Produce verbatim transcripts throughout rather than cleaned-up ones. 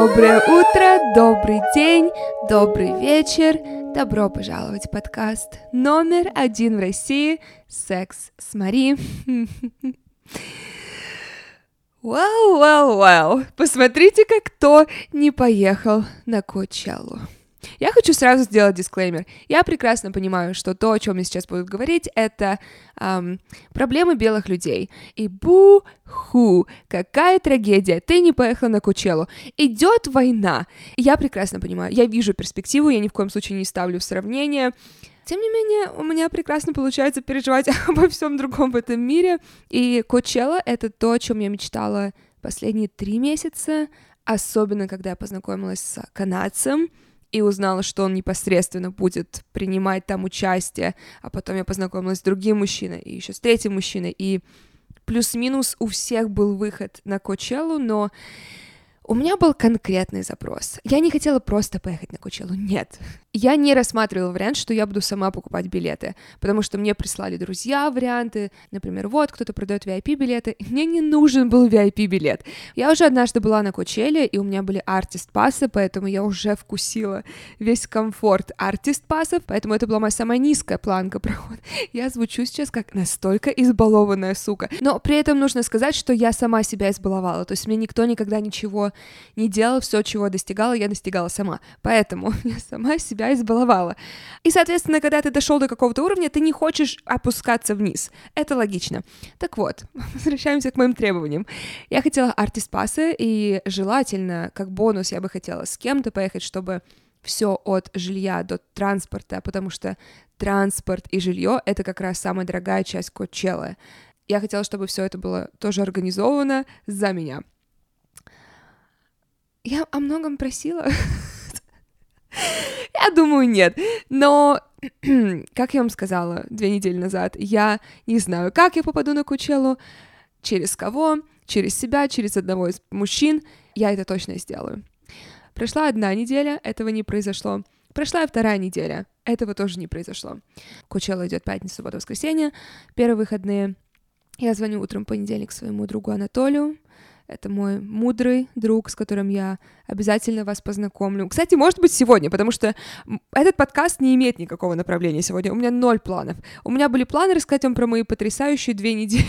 Доброе утро, добрый день, добрый вечер. Добро пожаловать в подкаст номер один в России «Секс с Мари». Вау, вау, вау. Посмотрите-ка, кто не поехал на Кочеллу. Я хочу сразу сделать дисклеймер. Я прекрасно понимаю, что то, о чем я сейчас буду говорить, это эм, проблемы белых людей. И бу-ху, какая трагедия, ты не поехала на Кочеллу. Идет война. И я прекрасно понимаю, я вижу перспективу, я ни в коем случае не ставлю в сравнение. Тем не менее, у меня прекрасно получается переживать обо всем другом в этом мире. И Кочелла — это то, о чем я мечтала последние три месяца, особенно когда я познакомилась с канадцем и узнала, что он непосредственно будет принимать там участие, а потом я познакомилась с другим мужчиной, и еще с третьим мужчиной, и плюс-минус у всех был выход на Кочеллу, но у меня был конкретный запрос. Я не хотела просто поехать на Кочеллу, нет. Я не рассматривала вариант, что я буду сама покупать билеты, потому что мне прислали друзья варианты, например, вот, кто-то продает ви ай пи-билеты, и мне не нужен был ви ай пи-билет. Я уже однажды была на Кочелле, и у меня были артист-пассы, поэтому я уже вкусила весь комфорт артист-пассов, поэтому это была моя самая низкая планка прохода. Я звучу сейчас как настолько избалованная сука, но при этом нужно сказать, что я сама себя избаловала, то есть мне никто никогда ничего не делал, все, чего достигала, я достигала сама, поэтому я сама себя избаловала. И, соответственно, когда ты дошел до какого-то уровня, ты не хочешь опускаться вниз. Это логично. Так вот, возвращаемся к моим требованиям. Я хотела артист-пассы, и желательно, как бонус, я бы хотела с кем-то поехать, чтобы все от жилья до транспорта, потому что транспорт и жилье — это как раз самая дорогая часть Кочеллы. Я хотела, чтобы все это было тоже организовано за меня. Я о многом просила. Я думаю, нет. Но, как я вам сказала две недели назад, я не знаю, как я попаду на Кочеллу, через кого, через себя, через одного из мужчин. Я это точно сделаю. Прошла одна неделя, этого не произошло. Прошла и вторая неделя, этого тоже не произошло. Кочелла идет пятница, суббота, воскресенье, первые выходные. Я звоню утром в понедельник своему другу Анатолию. Это мой мудрый друг, с которым я обязательно вас познакомлю. Кстати, может быть, сегодня, потому что этот подкаст не имеет никакого направления сегодня. У меня ноль планов. У меня были планы рассказать вам про мои потрясающие две недели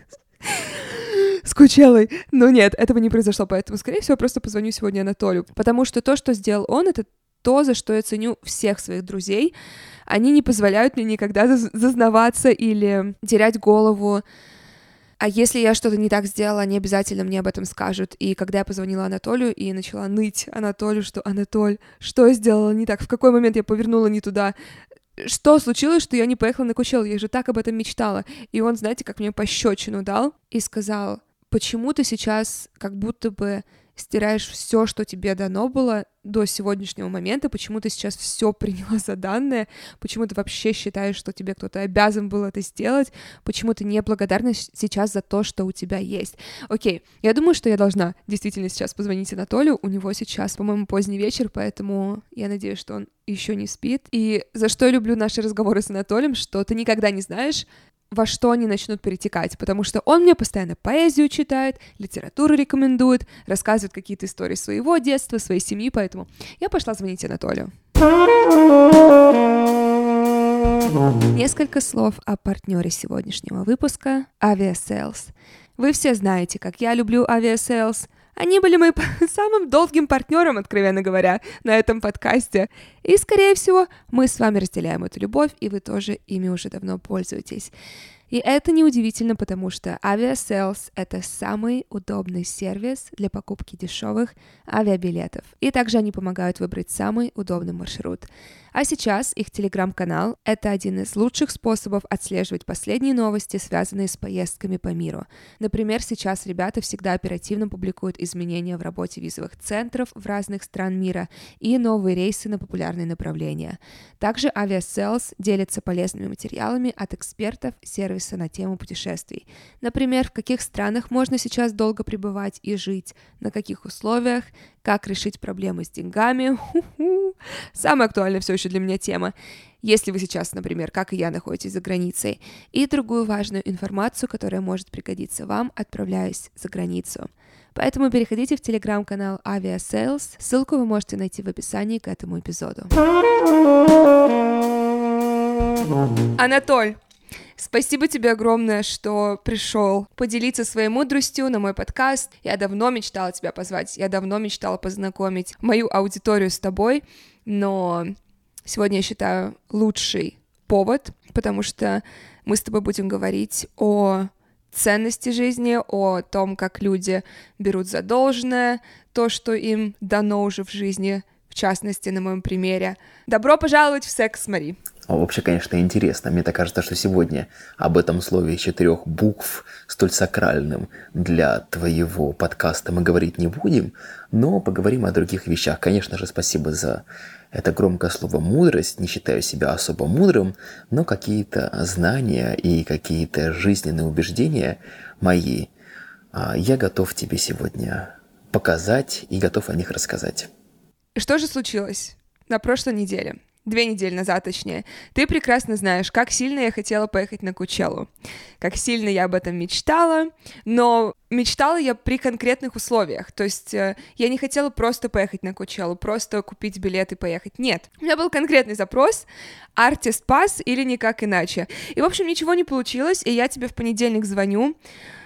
с Кочеллой. Но нет, этого не произошло, поэтому, скорее всего, просто позвоню сегодня Анатолию. Потому что то, что сделал он, это то, за что я ценю всех своих друзей. Они не позволяют мне никогда зазнаваться или терять голову. А если я что-то не так сделала, они обязательно мне об этом скажут. И когда я позвонила Анатолию и начала ныть Анатолию, что «Анатоль, что я сделала не так? В какой момент я повернула не туда? Что случилось, что я не поехала на Кочеллу? Я же так об этом мечтала». И он, знаете, как мне пощечину дал и сказал: «Почему ты сейчас как будто бы стираешь все, что тебе дано было до сегодняшнего момента, почему ты сейчас все приняла за данное, почему ты вообще считаешь, что тебе кто-то обязан был это сделать, почему ты не благодарна сейчас за то, что у тебя есть». Окей, я думаю, что я должна действительно сейчас позвонить Анатолию, у него сейчас, по-моему, поздний вечер, поэтому я надеюсь, что он еще не спит. И за что я люблю наши разговоры с Анатолием, что ты никогда не знаешь, во что они начнут перетекать, потому что он мне постоянно поэзию читает, литературу рекомендует, рассказывает какие-то истории своего детства, своей семьи, поэтому я пошла звонить Анатолию. Несколько слов о партнере сегодняшнего выпуска — Aviasales. Вы все знаете, как я люблю Aviasales. Они были моим самым долгим партнером, откровенно говоря, на этом подкасте. И, скорее всего, мы с вами разделяем эту любовь, и вы тоже ими уже давно пользуетесь. И это неудивительно, потому что Aviasales — это самый удобный сервис для покупки дешевых авиабилетов. И также они помогают выбрать самый удобный маршрут. А сейчас их телеграм-канал — это один из лучших способов отслеживать последние новости, связанные с поездками по миру. Например, сейчас ребята всегда оперативно публикуют изменения в работе визовых центров в разных стран мира и новые рейсы на популярные направления. Также Aviasales делится полезными материалами от экспертов сервиса сервиса на тему путешествий. Например, в каких странах можно сейчас долго пребывать и жить, на каких условиях, как решить проблемы с деньгами. Ху-ху. Самая актуальная все еще для меня тема. Если вы сейчас, например, как и я, находитесь за границей, и другую важную информацию, которая может пригодиться вам, отправляясь за границу. Поэтому переходите в телеграм-канал Aviasales, ссылку вы можете найти в описании к этому эпизоду. Анатоль, спасибо тебе огромное, что пришел поделиться своей мудростью на мой подкаст. Я давно мечтала тебя позвать, я давно мечтала познакомить мою аудиторию с тобой, но сегодня я считаю лучший повод, потому что мы с тобой будем говорить о ценности жизни, о том, как люди берут за должное то, что им дано уже в жизни, в частности, на моем примере. Добро пожаловать в секс, Мари. А вообще, конечно, интересно. Мне так кажется, что сегодня об этом слове из четырех букв, столь сакральным для твоего подкаста, мы говорить не будем, но поговорим о других вещах. Конечно же, спасибо за это громкое слово «мудрость». Не считаю себя особо мудрым, но какие-то знания и какие-то жизненные убеждения мои я готов тебе сегодня показать и готов о них рассказать. Что же случилось на прошлой неделе? Две недели назад, точнее. Ты прекрасно знаешь, как сильно я хотела поехать на Кучеллу, как сильно я об этом мечтала, но мечтала я при конкретных условиях, то есть э, я не хотела просто поехать на Кучеллу, просто купить билет и поехать, нет. У меня был конкретный запрос, артист пас или никак иначе. И, в общем, ничего не получилось, и я тебе в понедельник звоню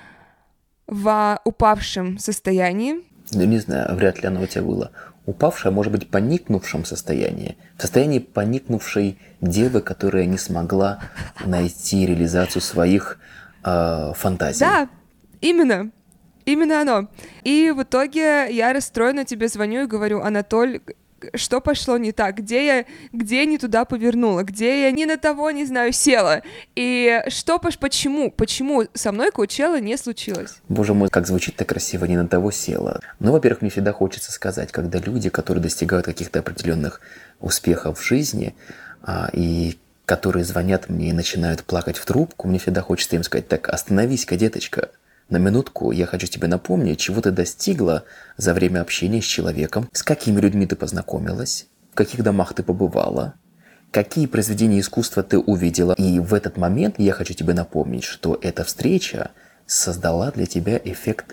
в упавшем состоянии. Ну, не знаю, вряд ли оно у тебя было упавшее, может быть, поникнувшем состоянии. В состоянии поникнувшей девы, которая не смогла найти реализацию своих э, фантазий. Да, именно. Именно оно. И в итоге я расстроена тебе звоню и говорю: Анатоль, что пошло не так? Где я, где я не туда повернула? Где я не на того, не знаю, села? И что, почему? Почему со мной Кучелла не случилось? Боже мой, как звучит-то красиво, не на того села. Ну, во-первых, мне всегда хочется сказать, когда люди, которые достигают каких-то определенных успехов в жизни, а, и которые звонят мне и начинают плакать в трубку, мне всегда хочется им сказать: так, остановись-ка, деточка. На минутку я хочу тебе напомнить, чего ты достигла за время общения с человеком, с какими людьми ты познакомилась, в каких домах ты побывала, какие произведения искусства ты увидела. И в этот момент я хочу тебе напомнить, что эта встреча создала для тебя эффект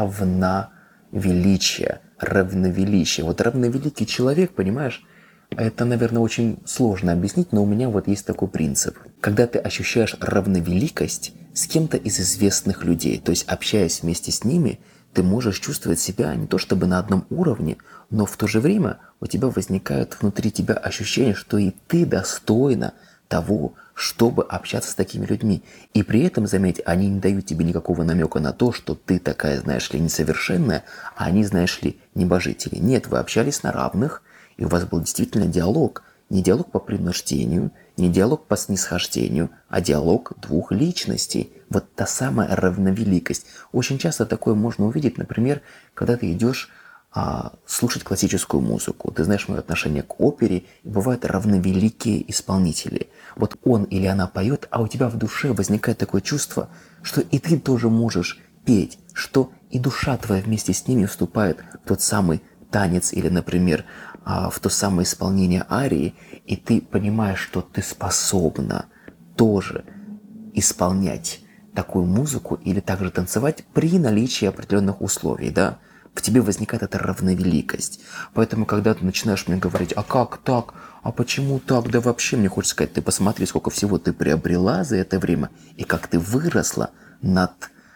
равновеличия. Равновеличия. Вот равновеликий человек, понимаешь, это, наверное, очень сложно объяснить, но у меня вот есть такой принцип. Когда ты ощущаешь равновеликость с кем-то из известных людей, то есть общаясь вместе с ними, ты можешь чувствовать себя не то чтобы на одном уровне, но в то же время у тебя возникает внутри тебя ощущение, что и ты достойна того, чтобы общаться с такими людьми. И при этом, заметь, они не дают тебе никакого намека на то, что ты такая, знаешь ли, несовершенная, а они, знаешь ли, небожители. Нет, вы общались на равных, и у вас был действительно диалог. Не диалог по принуждению, не диалог по снисхождению, а диалог двух личностей. Вот та самая равновеликость. Очень часто такое можно увидеть, например, когда ты идешь а, слушать классическую музыку. Ты знаешь мое отношение к опере, и бывают равновеликие исполнители. Вот он или она поет, а у тебя в душе возникает такое чувство, что и ты тоже можешь петь, что и душа твоя вместе с ними вступает в тот самый танец или, например, в то самое исполнение арии, и ты понимаешь, что ты способна тоже исполнять такую музыку или также танцевать при наличии определенных условий, да, в тебе возникает эта равновеликость. Поэтому, когда ты начинаешь мне говорить: а как так, а почему так, да вообще, мне хочется сказать: ты посмотри, сколько всего ты приобрела за это время, и как ты выросла над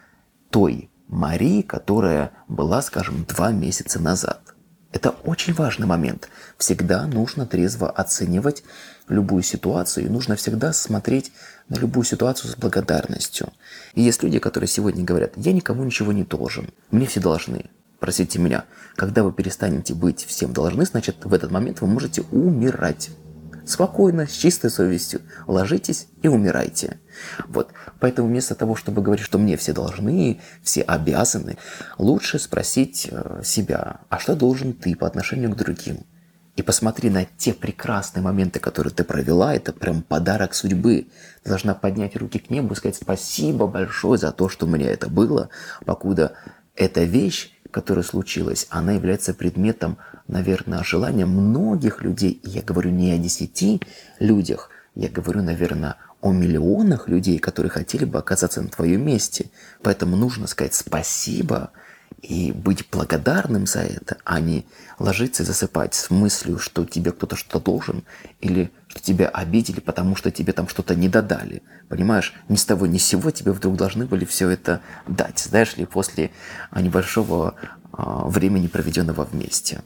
той Мари, которая была, скажем, два месяца назад. Это очень важный момент. Всегда нужно трезво оценивать любую ситуацию, и нужно всегда смотреть на любую ситуацию с благодарностью. И есть люди, которые сегодня говорят: я никому ничего не должен, мне все должны. Простите меня, когда вы перестанете быть всем должны, значит, в этот момент вы можете умирать. Спокойно, с чистой совестью ложитесь и умирайте. Вот. Поэтому вместо того, чтобы говорить, что мне все должны, все обязаны, лучше спросить себя: а что должен ты по отношению к другим? И посмотри на те прекрасные моменты, которые ты провела. Это прям подарок судьбы. Ты должна поднять руки к небу и сказать спасибо большое за то, что у меня это было, покуда эта вещь, которая случилась, она является предметом, наверное, желания многих людей. И я говорю не о десяти людях, я говорю, наверное, о миллионах людей, которые хотели бы оказаться на твоем месте. Поэтому нужно сказать спасибо и быть благодарным за это, а не ложиться и засыпать с мыслью, что тебе кто-то что-то должен, или что тебя обидели, потому что тебе там что-то не додали. Понимаешь, ни с того ни с сего тебе вдруг должны были все это дать, знаешь ли, после небольшого а, времени, проведенного вместе.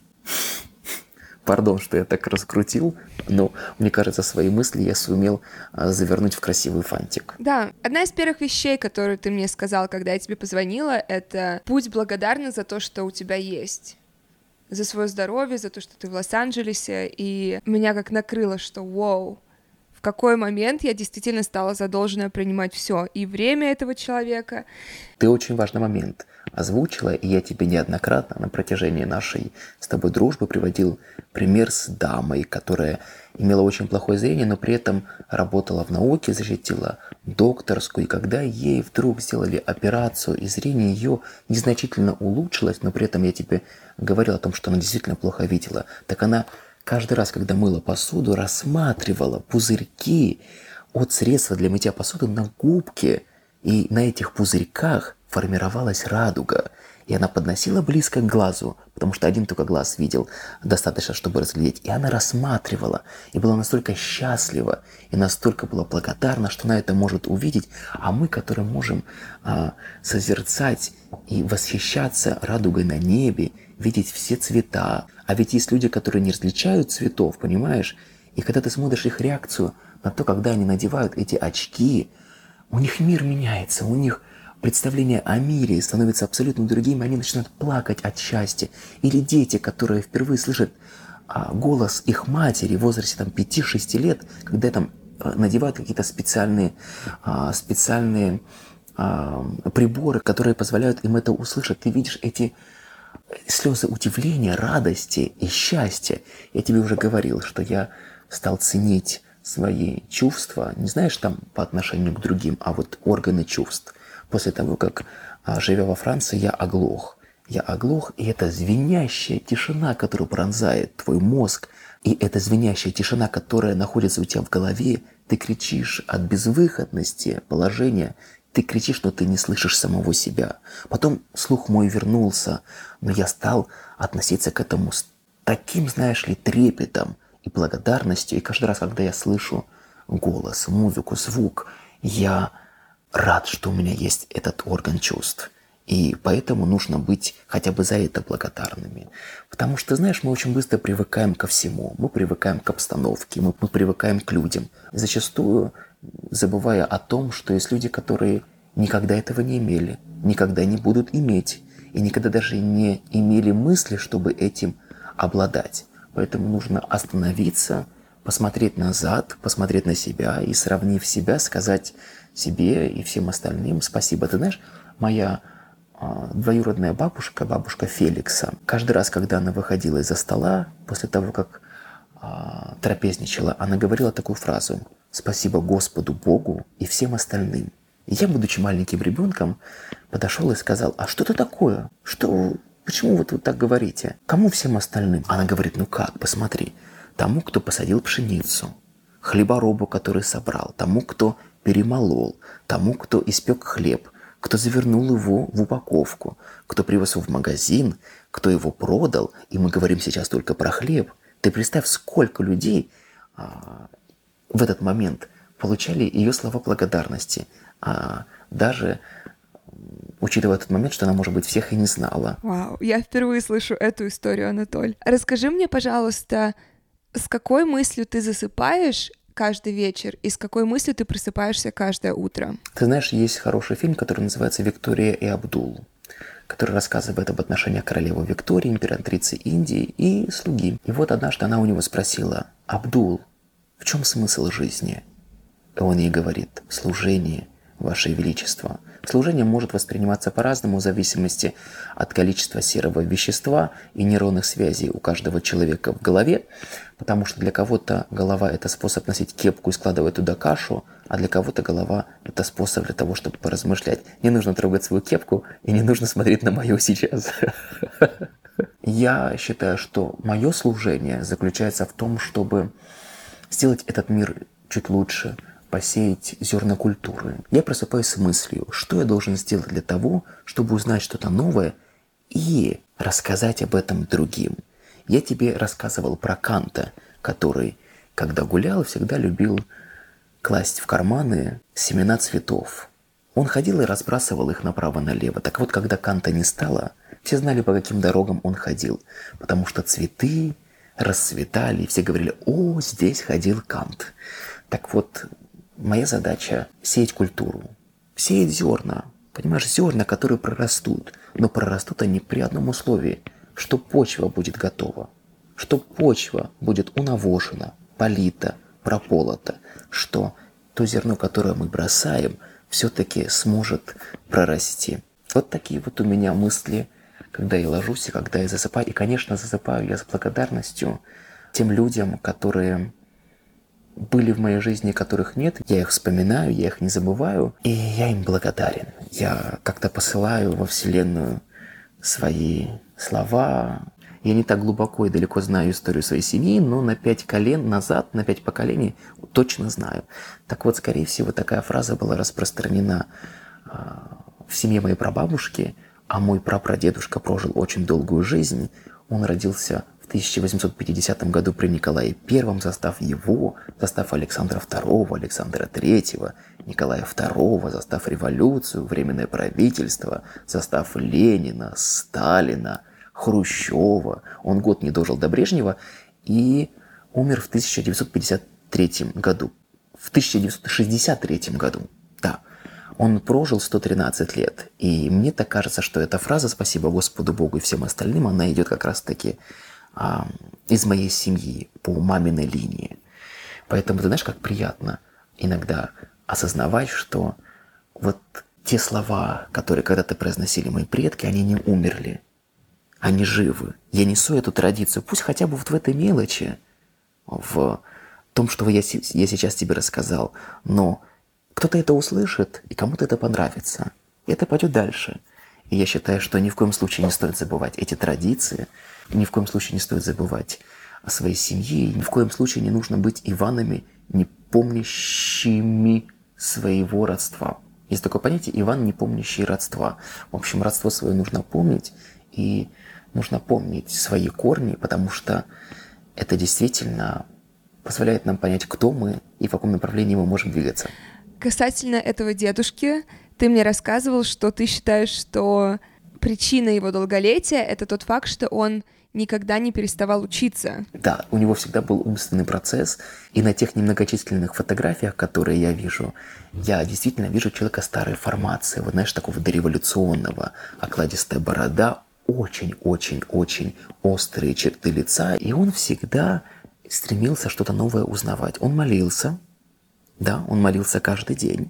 Пардон, что я так раскрутил, но мне кажется, свои мысли я сумел а, завернуть в красивый фантик. Да, одна из первых вещей, которую ты мне сказал, когда я тебе позвонила, это будь благодарна за то, что у тебя есть. За свое здоровье, за то, что ты в Лос-Анджелесе, и меня как накрыло, что вау, в какой момент я действительно стала задолженная принимать все, и время этого человека. Ты очень важный момент озвучила, и я тебе неоднократно на протяжении нашей с тобой дружбы приводил пример с дамой, которая имела очень плохое зрение, но при этом работала в науке, защитила докторскую, и когда ей вдруг сделали операцию, и зрение ее незначительно улучшилось, но при этом я тебе говорил о том, что она действительно плохо видела, так она каждый раз, когда мыла посуду, рассматривала пузырьки от средства для мытья посуды на губке, и на этих пузырьках формировалась радуга. И она подносила близко к глазу, потому что один только глаз видел достаточно, чтобы разглядеть. И она рассматривала, и была настолько счастлива, и настолько была благодарна, что она это может увидеть. А мы, которые можем а, созерцать и восхищаться радугой на небе, видеть все цвета. А ведь есть люди, которые не различают цветов, понимаешь? И когда ты смотришь их реакцию на то, когда они надевают эти очки, у них мир меняется, у них представление о мире становится абсолютно другим, они начинают плакать от счастья. Или дети, которые впервые слышат а, голос их матери в возрасте там, пяти-шести лет, когда там надевают какие-то специальные, а, специальные а, приборы, которые позволяют им это услышать. Ты видишь эти слезы удивления, радости и счастья. Я тебе уже говорил, что я стал ценить свои чувства, не знаешь, там по отношению к другим, а вот органы чувств. После того, как, живя во Франции, я оглох. Я оглох, и это звенящая тишина, которая пронзает твой мозг, и эта звенящая тишина, которая находится у тебя в голове, ты кричишь от безвыходности положения, ты кричишь, но ты не слышишь самого себя. Потом слух мой вернулся, но я стал относиться к этому с таким, знаешь ли, трепетом и благодарностью. И каждый раз, когда я слышу голос, музыку, звук, я рад, что у меня есть этот орган чувств. И поэтому нужно быть хотя бы за это благодарными. Потому что, знаешь, мы очень быстро привыкаем ко всему. Мы привыкаем к обстановке, мы, мы привыкаем к людям. Зачастую забывая о том, что есть люди, которые никогда этого не имели, никогда не будут иметь, и никогда даже не имели мысли, чтобы этим обладать. Поэтому нужно остановиться, посмотреть назад, посмотреть на себя и, сравнив себя, сказать себе и всем остальным спасибо. Ты знаешь, моя а, двоюродная бабушка, бабушка Феликса, каждый раз, когда она выходила из-за стола, после того, как а, трапезничала, она говорила такую фразу: «Спасибо Господу Богу и всем остальным». И я, будучи маленьким ребенком, подошел и сказал: «А что это такое? Что, почему вы тут так говорите? Кому всем остальным?» Она говорит: «Ну как, посмотри, тому, кто посадил пшеницу, хлеборобу, который собрал, тому, кто перемолол, тому, кто испек хлеб, кто завернул его в упаковку, кто привез его в магазин, кто его продал». И мы говорим сейчас только про хлеб. Ты представь, сколько людей а, в этот момент получали ее слова благодарности, а, даже учитывая тот момент, что она, может быть, всех и не знала. Вау, я впервые слышу эту историю, Анатоль. Расскажи мне, пожалуйста, с какой мыслью ты засыпаешь каждый вечер и с какой мыслью ты просыпаешься каждое утро? Ты знаешь, есть хороший фильм, который называется «Виктория и Абдул», который рассказывает об отношениях королевы Виктории, императрицы Индии и слуги. И вот однажды она у него спросила: «Абдул, в чем смысл жизни?» И он ей говорит: «В служении, Ваше Величество. Служение может восприниматься по-разному в зависимости от количества серого вещества и нейронных связей у каждого человека в голове, потому что для кого-то голова – это способ носить кепку и складывать туда кашу, а для кого-то голова – это способ для того, чтобы поразмышлять. Не нужно трогать свою кепку и не нужно смотреть на мою сейчас. Я считаю, что мое служение заключается в том, чтобы сделать этот мир чуть лучше, посеять зерна культуры. Я просыпаюсь с мыслью, что я должен сделать для того, чтобы узнать что-то новое и рассказать об этом другим. Я тебе рассказывал про Канта, который, когда гулял, всегда любил класть в карманы семена цветов. Он ходил и разбрасывал их направо-налево. Так вот, когда Канта не стало, все знали, по каким дорогам он ходил, потому что цветы расцветали, и все говорили: «О, здесь ходил Кант». Так вот, моя задача – сеять культуру, сеять зерна, понимаешь, зерна, которые прорастут, но прорастут они при одном условии, что почва будет готова, что почва будет унавожена, полита, прополота, что то зерно, которое мы бросаем, все-таки сможет прорасти. Вот такие вот у меня мысли, когда я ложусь и когда я засыпаю. И, конечно, засыпаю я с благодарностью тем людям, которые были в моей жизни, которых нет. Я их вспоминаю, я их не забываю, и я им благодарен. Я как-то посылаю во Вселенную свои слова. Я не так глубоко и далеко знаю историю своей семьи, но на пять колен назад, на пять поколений точно знаю. Так вот, скорее всего, такая фраза была распространена э, в семье моей прабабушки, а мой прапрадедушка прожил очень долгую жизнь. Он родился в тысяча восемьсот пятидесятом году при Николае Первом, застав его, застав Александра Второго, Александра Третьего, Николая Второго, застав революцию, временное правительство, застав Ленина, Сталина, Хрущева. Он год не дожил до Брежнева и умер в тысяча девятьсот пятьдесят третьем году. В тысяча девятьсот шестьдесят третьем году, да. Он прожил сто тринадцать лет. И мне так кажется, что эта фраза «Спасибо Господу Богу и всем остальным», она идет как раз-таки а, из моей семьи, по маминой линии. Поэтому, ты знаешь, как приятно иногда осознавать, что вот те слова, которые когда-то произносили мои предки, они не умерли. Они живы. Я несу эту традицию, пусть хотя бы вот в этой мелочи, в том, что я, я сейчас тебе рассказал, но кто-то это услышит, и кому-то это понравится. И это пойдет дальше. И я считаю, что ни в коем случае не стоит забывать эти традиции, ни в коем случае не стоит забывать о своей семье, и ни в коем случае не нужно быть Иванами, не помнящими своего родства. Есть такое понятие «Иван, не помнящий родства». В общем, родство свое нужно помнить, и нужно помнить свои корни, потому что это действительно позволяет нам понять, кто мы и в каком направлении мы можем двигаться. Касательно этого дедушки, ты мне рассказывал, что ты считаешь, что причина его долголетия — это тот факт, что он никогда не переставал учиться. Да, у него всегда был умственный процесс, и на тех немногочисленных фотографиях, которые я вижу, я действительно вижу человека старой формации, вот знаешь, такого дореволюционного, окладистая борода, очень-очень-очень острые черты лица, и он всегда стремился что-то новое узнавать. Он молился, да, он молился каждый день,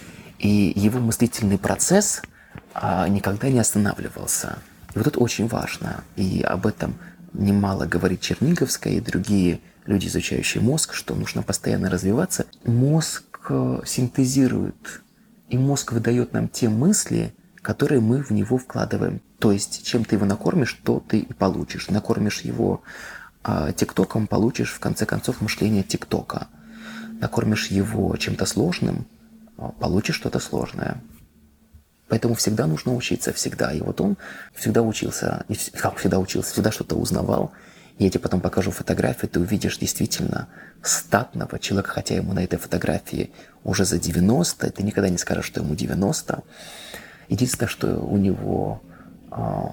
и его мыслительный процесс а, никогда не останавливался. И вот это очень важно, и об этом немало говорит Черниговская и другие люди, изучающие мозг, что нужно постоянно развиваться. Мозг синтезирует, и мозг выдает нам те мысли, которые мы в него вкладываем. То есть, чем ты его накормишь, то ты и получишь. Накормишь его а, тиктоком, получишь, в конце концов, мышление тиктока. Накормишь его чем-то сложным, получишь что-то сложное. Поэтому всегда нужно учиться, всегда. И вот он всегда учился, как всегда учился, всегда что-то узнавал. И я тебе потом покажу фотографию, ты увидишь действительно статного человека, хотя ему на этой фотографии уже за девяносто, ты никогда не скажешь, что ему девяносто. Единственное, что у него а,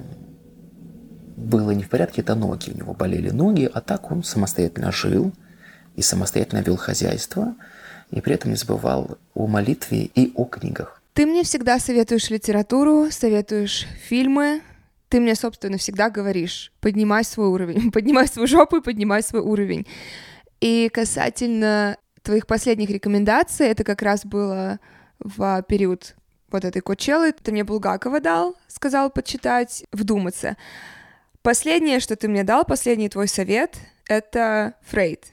было не в порядке, это ноги. У него болели ноги, а так он самостоятельно жил и самостоятельно вел хозяйство, и при этом не забывал о молитве и о книгах. Ты мне всегда советуешь литературу, советуешь фильмы. Ты мне, собственно, всегда говоришь: поднимай свой уровень, поднимай свою жопу и поднимай свой уровень. И касательно твоих последних рекомендаций, это как раз было в период вот этой Кочеллы. Ты мне Булгакова дал, сказал почитать, вдуматься. Последнее, что ты мне дал, последний твой совет, это Фрейд.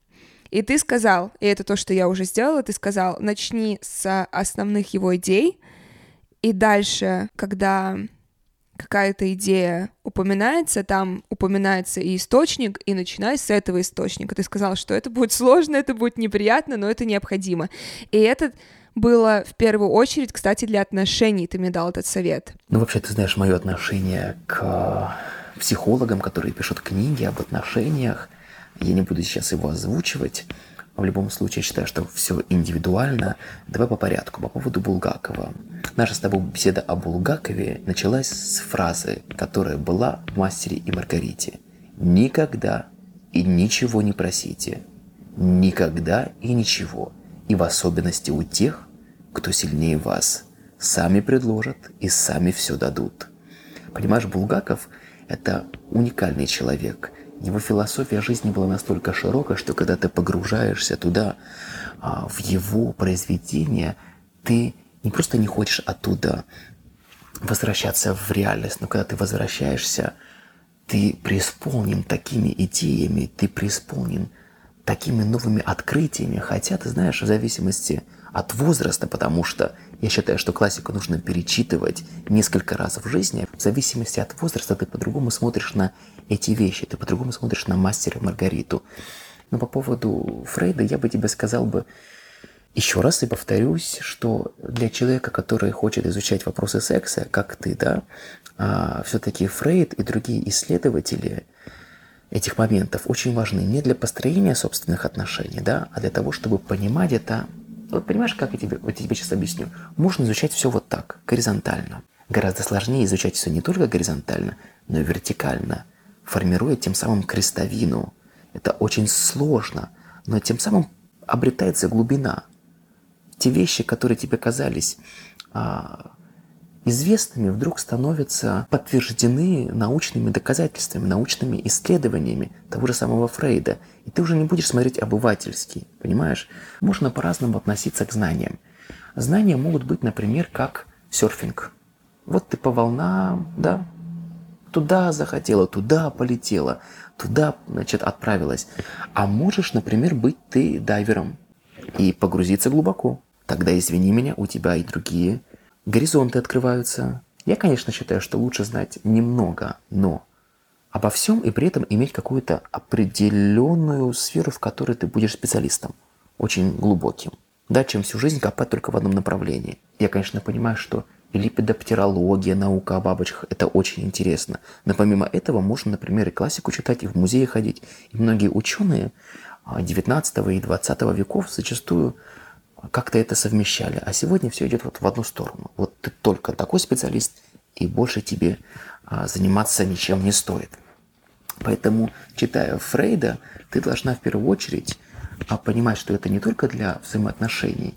И ты сказал, и это то, что я уже сделала, ты сказал, начни с основных его идей, и дальше, когда какая-то идея упоминается, там упоминается и источник, и начинай с этого источника. Ты сказал, что это будет сложно, это будет неприятно, но это необходимо. И это было в первую очередь, кстати, для отношений. Ты мне дал этот совет. Ну, вообще, ты знаешь, мое отношение к психологам, которые пишут книги об отношениях. Я не буду сейчас его озвучивать. В любом случае, я считаю, что все индивидуально. Давай по порядку. По поводу Булгакова. Наша с тобой беседа о Булгакове началась с фразы, которая была в «Мастере и Маргарите». «Никогда и ничего не просите. Никогда и ничего. И в особенности у тех, кто сильнее вас. Сами предложат и сами все дадут». Понимаешь, Булгаков – это уникальный человек. Его философия жизни была настолько широкая, что когда ты погружаешься туда, в его произведение, ты не просто не хочешь оттуда возвращаться в реальность, но когда ты возвращаешься, ты преисполнен такими идеями, ты преисполнен такими новыми открытиями. Хотя, ты знаешь, в зависимости от возраста, потому что я считаю, что классику нужно перечитывать несколько раз в жизни. В зависимости от возраста ты по-другому смотришь на эти вещи, ты по-другому смотришь на «Мастера и Маргариту». Но по поводу Фрейда я бы тебе сказал бы еще раз и повторюсь, что для человека, который хочет изучать вопросы секса, как ты, да, а, все-таки Фрейд и другие исследователи этих моментов очень важны не для построения собственных отношений, да, а для того, чтобы понимать это. Вот понимаешь, как я тебе, вот я тебе сейчас объясню. Можно изучать все вот так, горизонтально. Гораздо сложнее изучать все не только горизонтально, но и вертикально, формируя тем самым крестовину. Это очень сложно, но тем самым обретается глубина. Те вещи, которые тебе казались а, известными, вдруг становятся подтверждены научными доказательствами, научными исследованиями того же самого Фрейда. И ты уже не будешь смотреть обывательски, понимаешь? Можно по-разному относиться к знаниям. Знания могут быть, например, как серфинг. Вот ты по волнам, да, туда захотела, туда полетела, туда, значит, отправилась. А можешь, например, быть ты дайвером и погрузиться глубоко. Тогда, извини меня, у тебя и другие горизонты открываются. Я, конечно, считаю, что лучше знать немного, но обо всем и при этом иметь какую-то определенную сферу, в которой ты будешь специалистом, очень глубоким, да, чем всю жизнь копать только в одном направлении. Я, конечно, понимаю, что и липидоптерология, наука о бабочках – это очень интересно. Но помимо этого можно, например, и классику читать, и в музеи ходить. И многие ученые девятнадцатого и двадцатого веков зачастую как-то это совмещали. А сегодня все идет вот в одну сторону. Вот ты только такой специалист, и больше тебе а, заниматься ничем не стоит. Поэтому, читая Фрейда, ты должна в первую очередь а, понимать, что это не только для взаимоотношений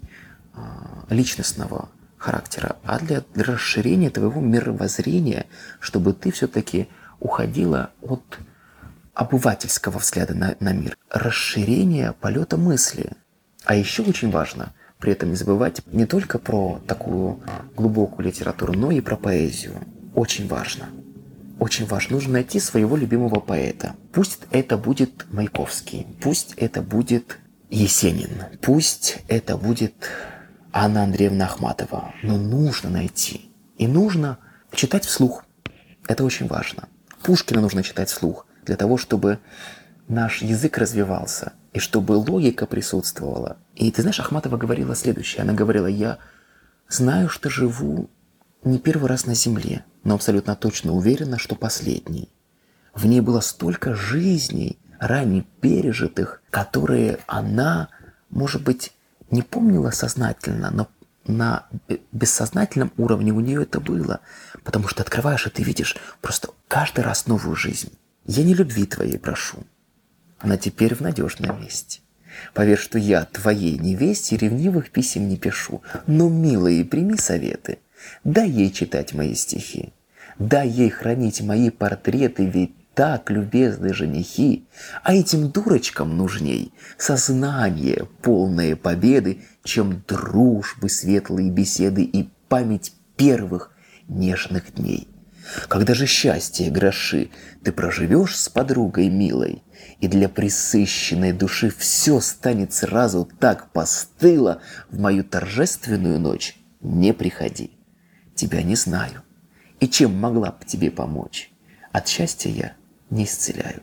а, личностного характера, а для, для расширения твоего мировоззрения, чтобы ты все-таки уходила от обывательского взгляда на, на мир. Расширение полета мысли. А еще очень важно при этом не забывать не только про такую глубокую литературу, но и про поэзию. Очень важно. Очень важно. Нужно найти своего любимого поэта. Пусть это будет Маяковский, пусть это будет Есенин, пусть это будет Анна Андреевна Ахматова. Но нужно найти. И нужно читать вслух. Это очень важно. Пушкина нужно читать вслух для того, чтобы наш язык развивался, и чтобы логика присутствовала. И ты знаешь, Ахматова говорила следующее. Она говорила: я знаю, что живу не первый раз на земле, но абсолютно точно уверена, что последний. В ней было столько жизней, ранее пережитых, которые она, может быть, не помнила сознательно, но на бессознательном уровне у нее это было. Потому что открываешь, и ты видишь просто каждый раз новую жизнь. Я не любви твоей прошу. Она теперь в надежном месте. Поверь, что я твоей невесте ревнивых писем не пишу. Но, милые, прими советы. Дай ей читать мои стихи. Дай ей хранить мои портреты, ведь так любезны женихи, а этим дурочкам нужней сознание полное победы, чем дружбы, светлые беседы и память первых нежных дней. Когда же счастье гроши ты проживешь с подругой милой, и для пресыщенной души все станет сразу так постыло, в мою торжественную ночь не приходи. Тебя не знаю, и чем могла б тебе помочь? От счастья я не исцеляю.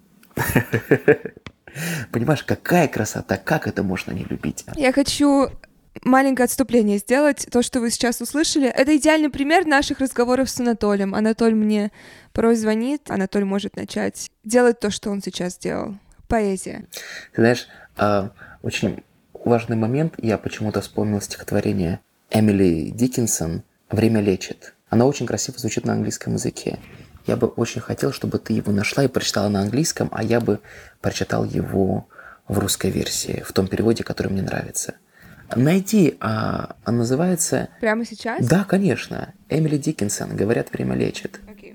Понимаешь, какая красота, как это можно не любить? Я хочу маленькое отступление сделать. То, что вы сейчас услышали, это идеальный пример наших разговоров с Анатолием. Анатоль мне порой звонит, Анатоль может начать делать то, что он сейчас делал. Поэзия. Ты знаешь, очень важный момент, я почему-то вспомнил стихотворение Эмили Диккенсон «Время лечит». Оно очень красиво звучит на английском языке. Я бы очень хотел, чтобы ты его нашла и прочитала на английском, а я бы прочитал его в русской версии, в том переводе, который мне нравится. Найди, а, а называется... Прямо сейчас? Да, конечно. Эмили Диккенсон, говорят, время лечит. Окей.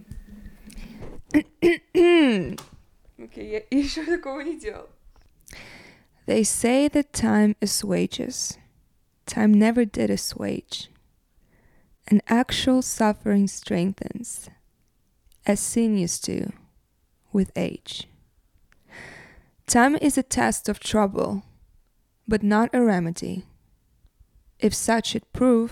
Окей, я еще такого не делал. They say that time assuages. Time never did assuage. And actual suffering strengthens, as sinews do, with age. Time is a test of trouble, but not a remedy. If such it prove,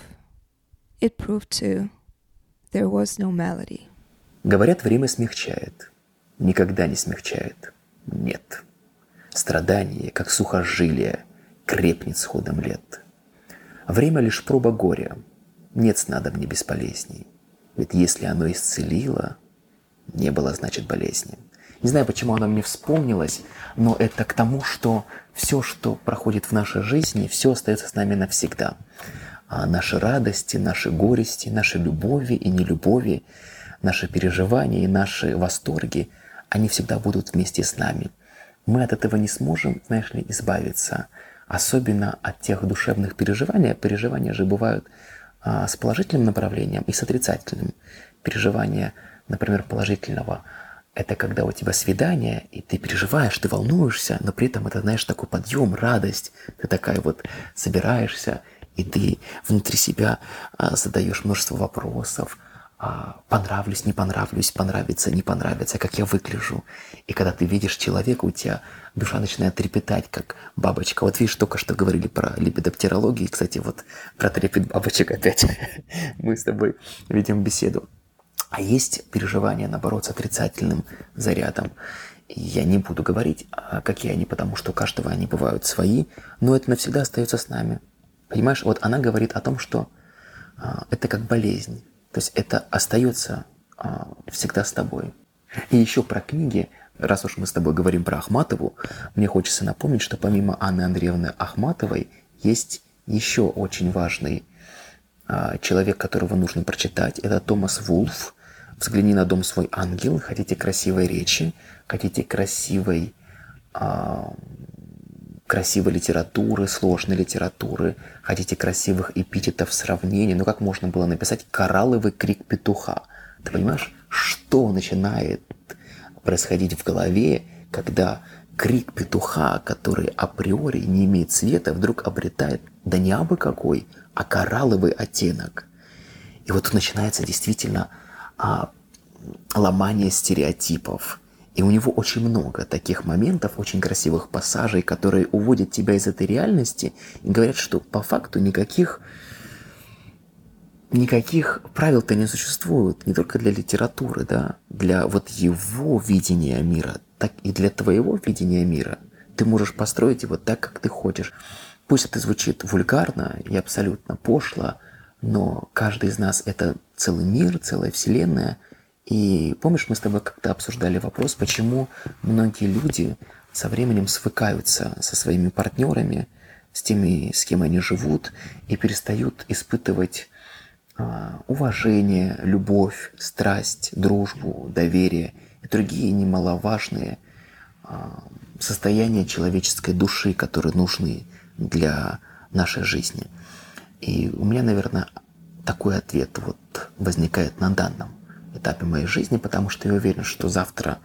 it proved too, there was no melody. Говорят, время смягчает. Никогда не смягчает. Нет. Страдание, как сухожилие, крепнет с ходом лет. Время лишь проба горя. Нет снадобья без болезней. Ведь если оно исцелило, не было, значит, болезни. Не знаю, почему оно мне вспомнилось, но это к тому, что все, что проходит в нашей жизни, все остается с нами навсегда. А наши радости, наши горести, наши любови и нелюбови, наши переживания и наши восторги, они всегда будут вместе с нами. Мы от этого не сможем, знаешь ли, избавиться. Особенно от тех душевных переживаний. Переживания же бывают а, с положительным направлением и с отрицательным. Переживания, например, положительного – это когда у тебя свидание, и ты переживаешь, ты волнуешься, но при этом это, знаешь, такой подъем, радость. Ты такая вот собираешься, и ты внутри себя а, задаешь множество вопросов. А, понравлюсь, не понравлюсь, понравится, не понравится, как я выгляжу. И когда ты видишь человека, у тебя душа начинает трепетать, как бабочка. Вот видишь, только что говорили про липидоптерологию. И, кстати, вот про трепет бабочек опять мы с тобой ведем беседу. А есть переживания, наоборот, с отрицательным зарядом. И я не буду говорить, какие они, потому что у каждого они бывают свои, но это навсегда остается с нами. Понимаешь, вот она говорит о том, что а, это как болезнь. То есть это остается а, всегда с тобой. И еще про книги. Раз уж мы с тобой говорим про Ахматову, мне хочется напомнить, что помимо Анны Андреевны Ахматовой есть еще очень важный а, человек, которого нужно прочитать. Это Томас Вулф. «Взгляни на дом свой, ангел». Хотите красивой речи, хотите красивой, а, красивой литературы, сложной литературы, хотите красивых эпитетов, сравнений. Ну как можно было написать «коралловый крик петуха»? Ты понимаешь, что начинает происходить в голове, когда крик петуха, который априори не имеет цвета, вдруг обретает, да не абы какой, а коралловый оттенок. И вот тут начинается действительно а, ломание стереотипов. И у него очень много таких моментов, очень красивых пассажей, которые уводят тебя из этой реальности и говорят, что по факту никаких, никаких правил-то не существует, не только для литературы, да, для вот его видения мира, так и для твоего видения мира. Ты можешь построить его так, как ты хочешь. Пусть это звучит вульгарно и абсолютно пошло, но каждый из нас — это целый мир, целая вселенная. И помнишь, мы с тобой как-то обсуждали вопрос, почему многие люди со временем свыкаются со своими партнерами, с теми, с кем они живут, и перестают испытывать а, уважение, любовь, страсть, дружбу, доверие и другие немаловажные а, состояния человеческой души, которые нужны для нашей жизни. И у меня, наверное, такой ответ вот возникает на данном этапе моей жизни, потому что я уверен, что завтра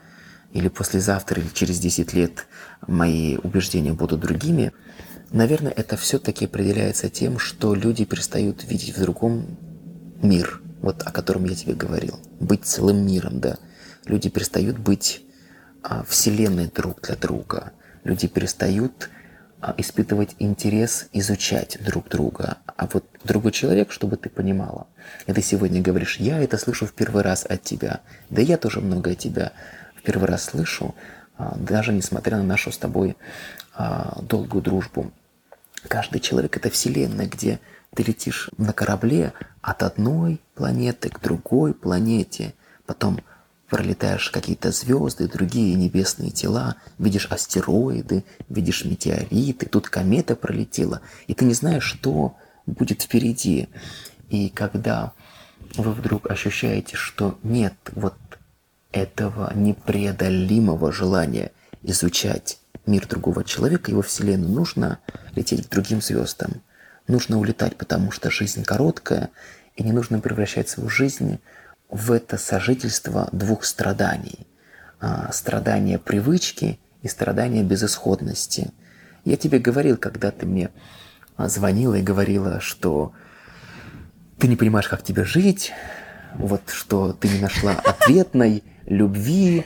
или послезавтра, или через десять лет мои убеждения будут другими, наверное, это все-таки определяется тем, что люди перестают видеть в другом мир, вот о котором я тебе говорил. Быть целым миром, да. Люди перестают быть а, вселенной друг для друга. Люди перестают а, испытывать интерес изучать друг друга. А вот другой человек, чтобы ты понимала, и ты сегодня говоришь, я это слышу в первый раз от тебя, да я тоже много от тебя в первый раз слышу, а, даже несмотря на нашу с тобой а, долгую дружбу. Каждый человек — это вселенная, где ты летишь на корабле от одной планеты к другой планете, потом пролетаешь какие-то звезды, другие небесные тела, видишь астероиды, видишь метеориты, тут комета пролетела, и ты не знаешь, что будет впереди. И когда вы вдруг ощущаете, что нет вот этого непреодолимого желания изучать мир другого человека, его вселенную, нужно лететь к другим звездам. Нужно улетать, потому что жизнь короткая, и не нужно превращать свою жизнь в это сожительство двух страданий. Страдания привычки и страдания безысходности. Я тебе говорил, когда ты мне звонила и говорила, что ты не понимаешь, как тебе жить, вот что ты не нашла ответной любви,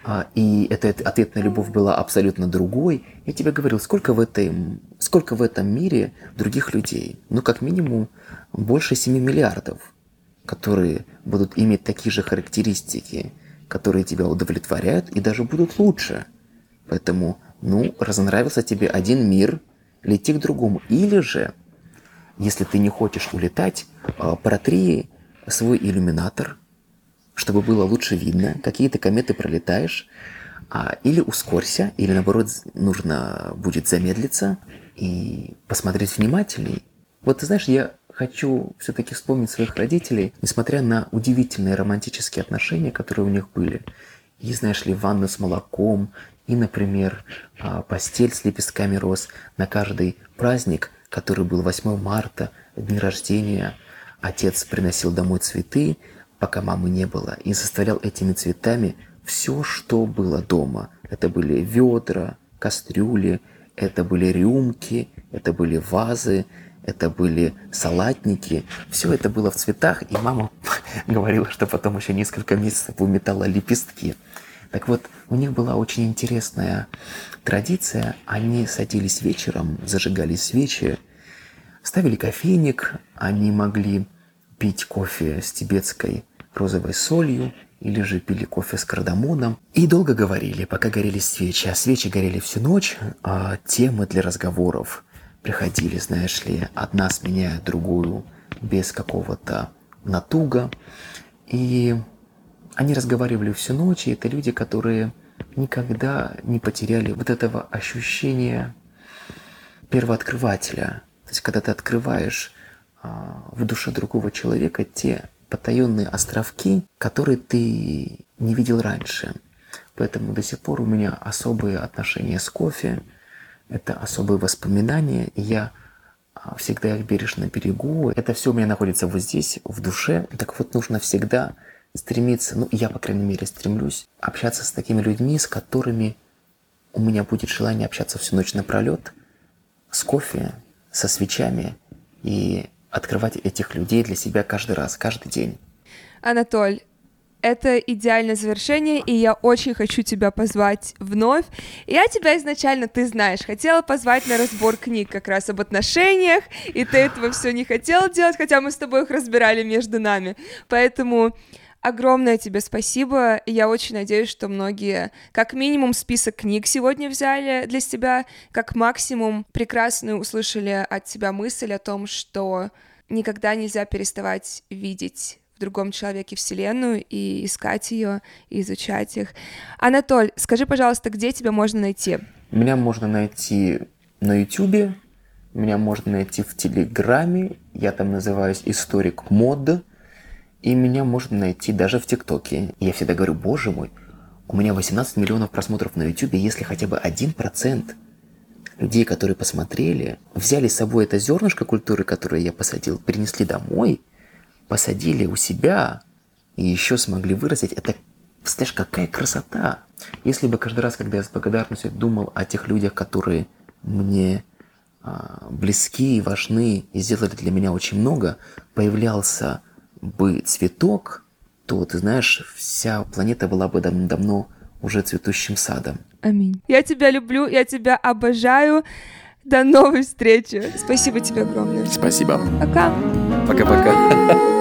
и эта ответная любовь была абсолютно другой. Я тебе говорил, сколько в, этой, сколько в этом мире других людей? Ну, как минимум, больше семи миллиардов, которые будут иметь такие же характеристики, которые тебя удовлетворяют и даже будут лучше. Поэтому, ну, разонравился тебе один мир, лети к другому. Или же, если ты не хочешь улетать, протри свой иллюминатор, чтобы было лучше видно, какие ты кометы пролетаешь, а, или ускорься, или наоборот нужно будет замедлиться и посмотреть внимательней. Вот ты знаешь, я хочу все-таки вспомнить своих родителей, несмотря на удивительные романтические отношения, которые у них были. И, знаешь ли, ванну с молоком, и, например, постель с лепестками роз на каждый праздник, который был восьмого марта, дни рождения. Отец приносил домой цветы, пока мамы не было, и заставлял этими цветами все, что было дома. Это были ведра, кастрюли, это были рюмки, это были вазы, это были салатники. Все это было в цветах, и мама говорила, что потом еще несколько месяцев выметала лепестки. Так вот, у них была очень интересная традиция. Они садились вечером, зажигали свечи, ставили кофейник, они могли пить кофе с тибетской розовой солью, или же пили кофе с кардамоном. И долго говорили, пока горели свечи. А свечи горели всю ночь, а темы для разговоров приходили, знаешь ли, одна сменяя другую, без какого-то натуга. И они разговаривали всю ночь, и это люди, которые никогда не потеряли вот этого ощущения первооткрывателя. То есть, когда ты открываешь а, в душе другого человека те потаенные островки, которые ты не видел раньше. Поэтому до сих пор у меня особые отношения с кофе, это особые воспоминания, и я всегда их бережно берегу. Это все у меня находится вот здесь, в душе. Так вот, нужно всегда стремиться, ну, я, по крайней мере, стремлюсь общаться с такими людьми, с которыми у меня будет желание общаться всю ночь напролет, с кофе, со свечами, и открывать этих людей для себя каждый раз, каждый день. Анатоль, это идеальное завершение, и я очень хочу тебя позвать вновь. Я тебя изначально, ты знаешь, хотела позвать на разбор книг как раз об отношениях, и ты этого все не хотела делать, хотя мы с тобой их разбирали между нами. Поэтому огромное тебе спасибо. Я очень надеюсь, что многие, как минимум, список книг сегодня взяли для себя, как максимум прекрасную услышали от тебя мысль о том, что никогда нельзя переставать видеть в другом человеке вселенную и искать ее, и изучать их. Анатоль, скажи, пожалуйста, где тебя можно найти? Меня можно найти на Ютубе, меня можно найти в Телеграме, я там называюсь Историк Мод, и меня можно найти даже в ТикТоке. Я всегда говорю, боже мой, у меня восемнадцать миллионов просмотров на Ютубе, если хотя бы один процент людей, которые посмотрели, взяли с собой это зернышко культуры, которое я посадил, принесли домой, посадили у себя и еще смогли выразить, это представляешь, какая красота! Если бы каждый раз, когда я с благодарностью думал о тех людях, которые мне а, близки, важны и сделали для меня очень много, появлялся бы цветок, то, ты знаешь, вся планета была бы давно уже цветущим садом. Аминь. Я тебя люблю, я тебя обожаю. До новой встречи. Спасибо тебе огромное. Спасибо. Пока. Пока-пока.